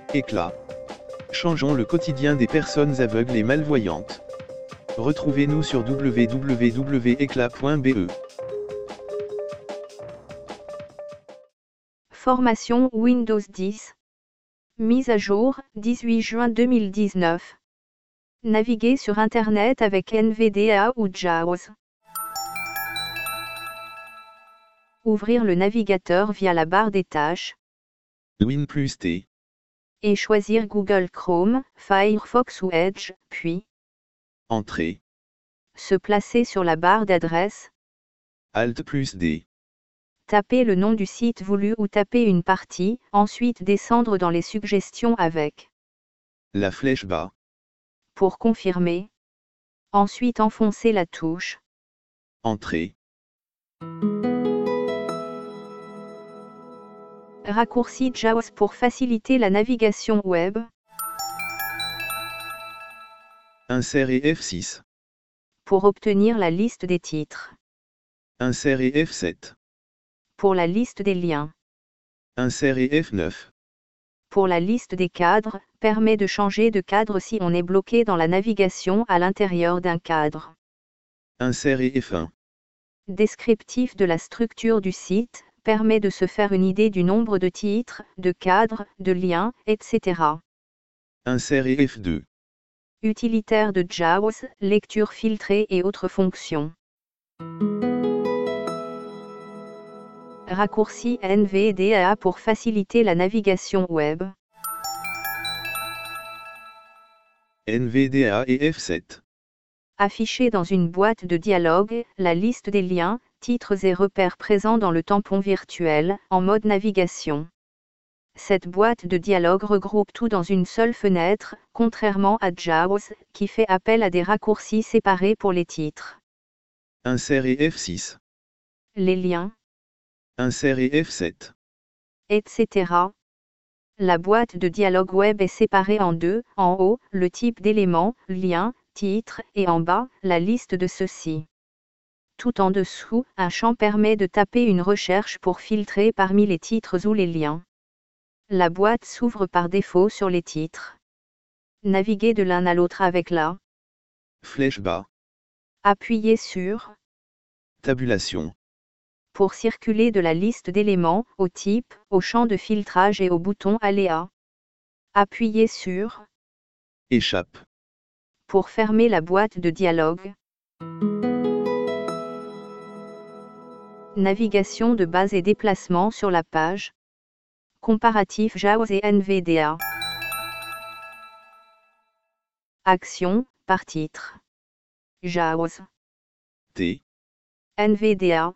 Éclat. Changeons le quotidien des personnes aveugles et malvoyantes. Retrouvez-nous sur www.eclat.be. Formation Windows 10. Mise à jour, 18 juin 2019. Naviguer sur Internet avec NVDA ou JAWS. Ouvrir le navigateur via la barre des tâches. Win+T. Et choisir Google Chrome, Firefox ou Edge, puis Entrée. se placer sur la barre d'adresse. Alt+D. Taper le nom du site voulu ou taper une partie, ensuite descendre dans les suggestions avec La flèche bas. pour confirmer. Ensuite enfoncer la touche Entrée. Raccourci JAWS pour faciliter la navigation web. Insert et F6. Pour obtenir la liste des titres. Insert et F7. Pour la liste des liens. Insert et F9. Pour la liste des cadres, permet de changer de cadre si on est bloqué dans la navigation à l'intérieur d'un cadre. Insert et F1. Descriptif de la structure du site, permet de se faire une idée du nombre de titres, de cadres, de liens, etc. Insert et F2. Utilitaire de JAWS, lecture filtrée et autres fonctions. Raccourci NVDA pour faciliter la navigation web. NVDA et F7. Afficher dans une boîte de dialogue, la liste des liens, titres et repères présents dans le tampon virtuel, en mode navigation. Cette boîte de dialogue regroupe tout dans une seule fenêtre, contrairement à JAWS, qui fait appel à des raccourcis séparés pour les titres. Insert et F6. Les liens, Insert et F7. etc. La boîte de dialogue web est séparée en deux, en haut, le type d'élément, lien, titre, et en bas, la liste de ceux-ci. Tout en dessous, un champ permet de taper une recherche pour filtrer parmi les titres ou les liens. La boîte s'ouvre par défaut sur les titres. Naviguer de l'un à l'autre avec la Flèche bas. Appuyez sur Tabulation. pour circuler de la liste d'éléments, au type, au champ de filtrage et au bouton aléa. Appuyez sur Échappe. pour fermer la boîte de dialogue. Navigation de base et déplacement sur la page. Comparatif JAWS et NVDA. Action, par titre. JAWS. T. NVDA.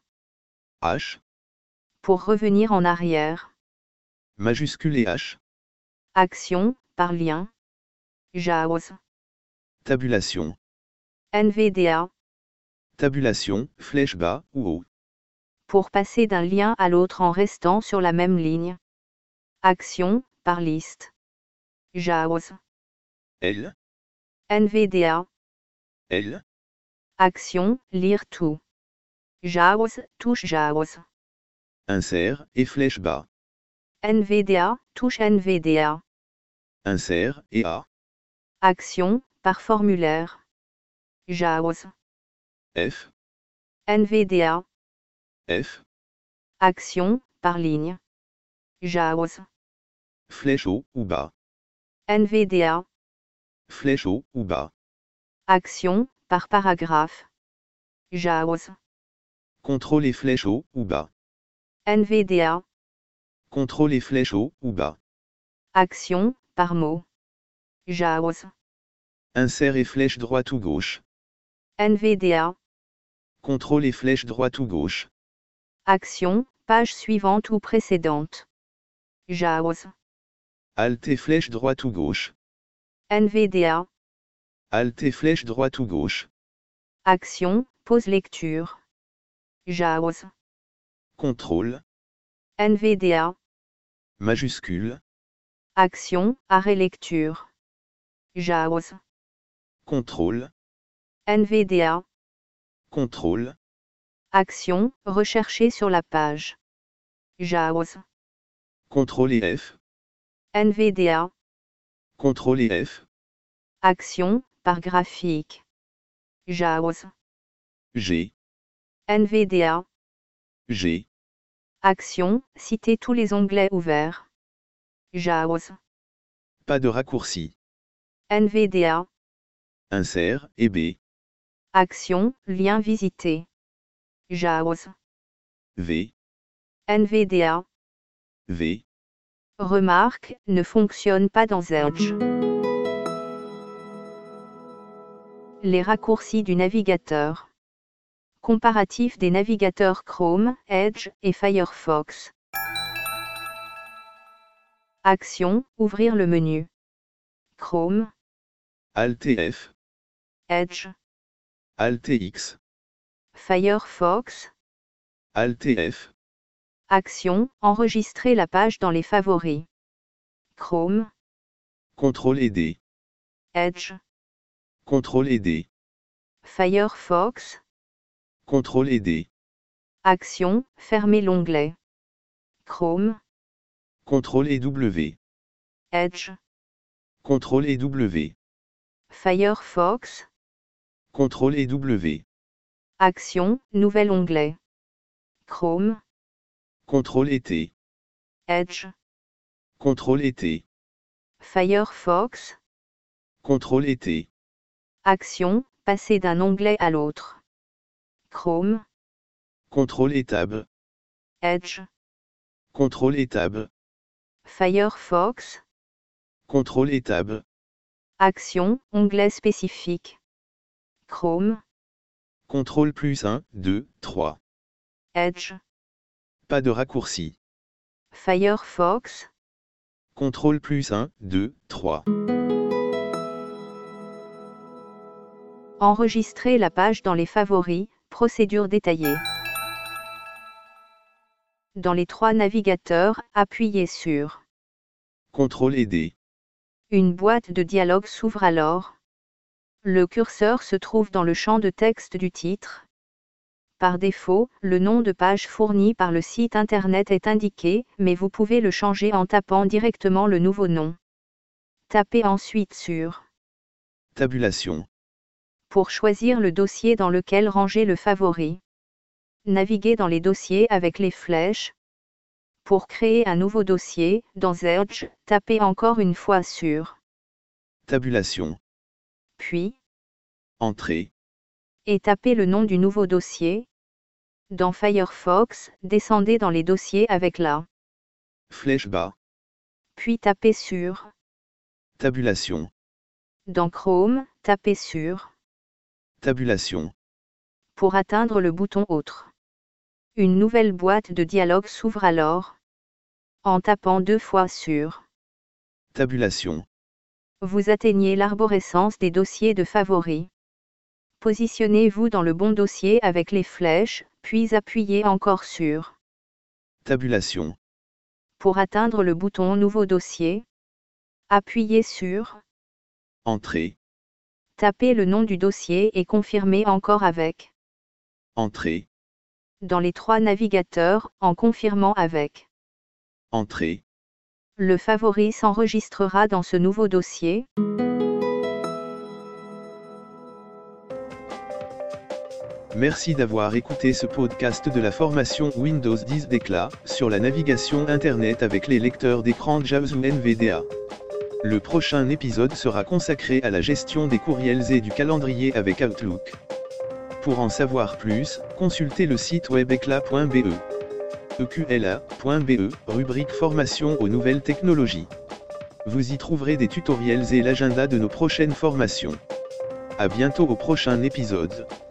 H. Pour revenir en arrière. Majuscule et H. Action, par lien. JAWS. Tabulation. NVDA. Tabulation, flèche bas ou haut. Pour passer d'un lien à l'autre en restant sur la même ligne. Action, par liste. JAWS. L. NVDA. L. Action, lire tout. JAWS, touche JAWS. Insert et flèche bas. NVDA, touche NVDA. Insert et A. Action, par formulaire. JAWS. F. NVDA. F. Action, par ligne. JAWS. Flèche haut ou bas. NVDA. Flèche haut ou bas. Action, par paragraphe. JAWS. Contrôle et flèche haut ou bas. NVDA. Contrôle et flèche haut ou bas. Action, par mot. JAWS. Insert et flèche droite ou gauche. NVDA. Contrôle et flèche droite ou gauche. Action, page suivante ou précédente. JAWS. Alt et flèche droite ou gauche. NVDA. Alt et flèche droite ou gauche. Action, pause lecture. JAWS. Contrôle. NVDA. Majuscule. Action, arrêt lecture. JAWS. Contrôle. NVDA. Contrôle. Action, rechercher sur la page. JAWS. Contrôle et F. NVDA. CTRL et F. Action, par graphique. JAWS. G. NVDA. G. Action, citer tous les onglets ouverts. JAWS. Pas de raccourci. NVDA. Insert, et B. Action, lien visité. JAWS. V. NVDA. V. Remarque, ne fonctionne pas dans Edge. Les raccourcis du navigateur. Comparatif des navigateurs Chrome, Edge et Firefox. Action, ouvrir le menu. Chrome. Alt F. Edge. Alt X. Firefox. Alt F. Action, enregistrer la page dans les favoris. Chrome. CTRL et D. Edge. CTRL et D. Firefox. CTRL et D. Action, fermer l'onglet. Chrome. CTRL et W. Edge. CTRL et W. Firefox. CTRL et W. Action, nouvel onglet. Chrome. CTRL et T. Edge. CTRL et T. Firefox. CTRL et T. Action, passer d'un onglet à l'autre. Chrome. CTRL et Tab. Edge. CTRL et Tab. Firefox. CTRL et Tab. Action, onglet spécifique. Chrome. CTRL plus 1, 2, 3. Edge. Pas de raccourci. Firefox. CTRL plus 1, 2, 3. Enregistrer la page dans les favoris, procédure détaillée. Dans les trois navigateurs, appuyez sur CTRL et D. Une boîte de dialogue s'ouvre alors. Le curseur se trouve dans le champ de texte du titre. Par défaut, le nom de page fourni par le site internet est indiqué, mais vous pouvez le changer en tapant directement le nouveau nom. Tapez ensuite sur Tabulation. pour choisir le dossier dans lequel ranger le favori. Naviguez dans les dossiers avec les flèches. Pour créer un nouveau dossier, dans Edge, tapez encore une fois sur Tabulation. puis Entrée. et tapez le nom du nouveau dossier. Dans Firefox, descendez dans les dossiers avec la Flèche bas. puis tapez sur Tabulation. Dans Chrome, tapez sur Tabulation. pour atteindre le bouton Autre. Une nouvelle boîte de dialogue s'ouvre alors. En tapant 2 fois sur Tabulation. vous atteignez l'arborescence des dossiers de favoris. Positionnez-vous dans le bon dossier avec les flèches, puis appuyez encore sur Tabulation. pour atteindre le bouton Nouveau dossier. Appuyez sur Entrée. tapez le nom du dossier et confirmez encore avec Entrée. dans les trois navigateurs, en confirmant avec Entrée. le favori s'enregistrera dans ce nouveau dossier. Merci d'avoir écouté ce podcast de la formation Windows 10 d'éclat, sur la navigation Internet avec les lecteurs d'écran JAWS ou NVDA. Le prochain épisode sera consacré à la gestion des courriels et du calendrier avec Outlook. Pour en savoir plus, consultez le site web eclat.be. eqla.be, rubrique formation aux nouvelles technologies. Vous y trouverez des tutoriels et l'agenda de nos prochaines formations. À bientôt au prochain épisode.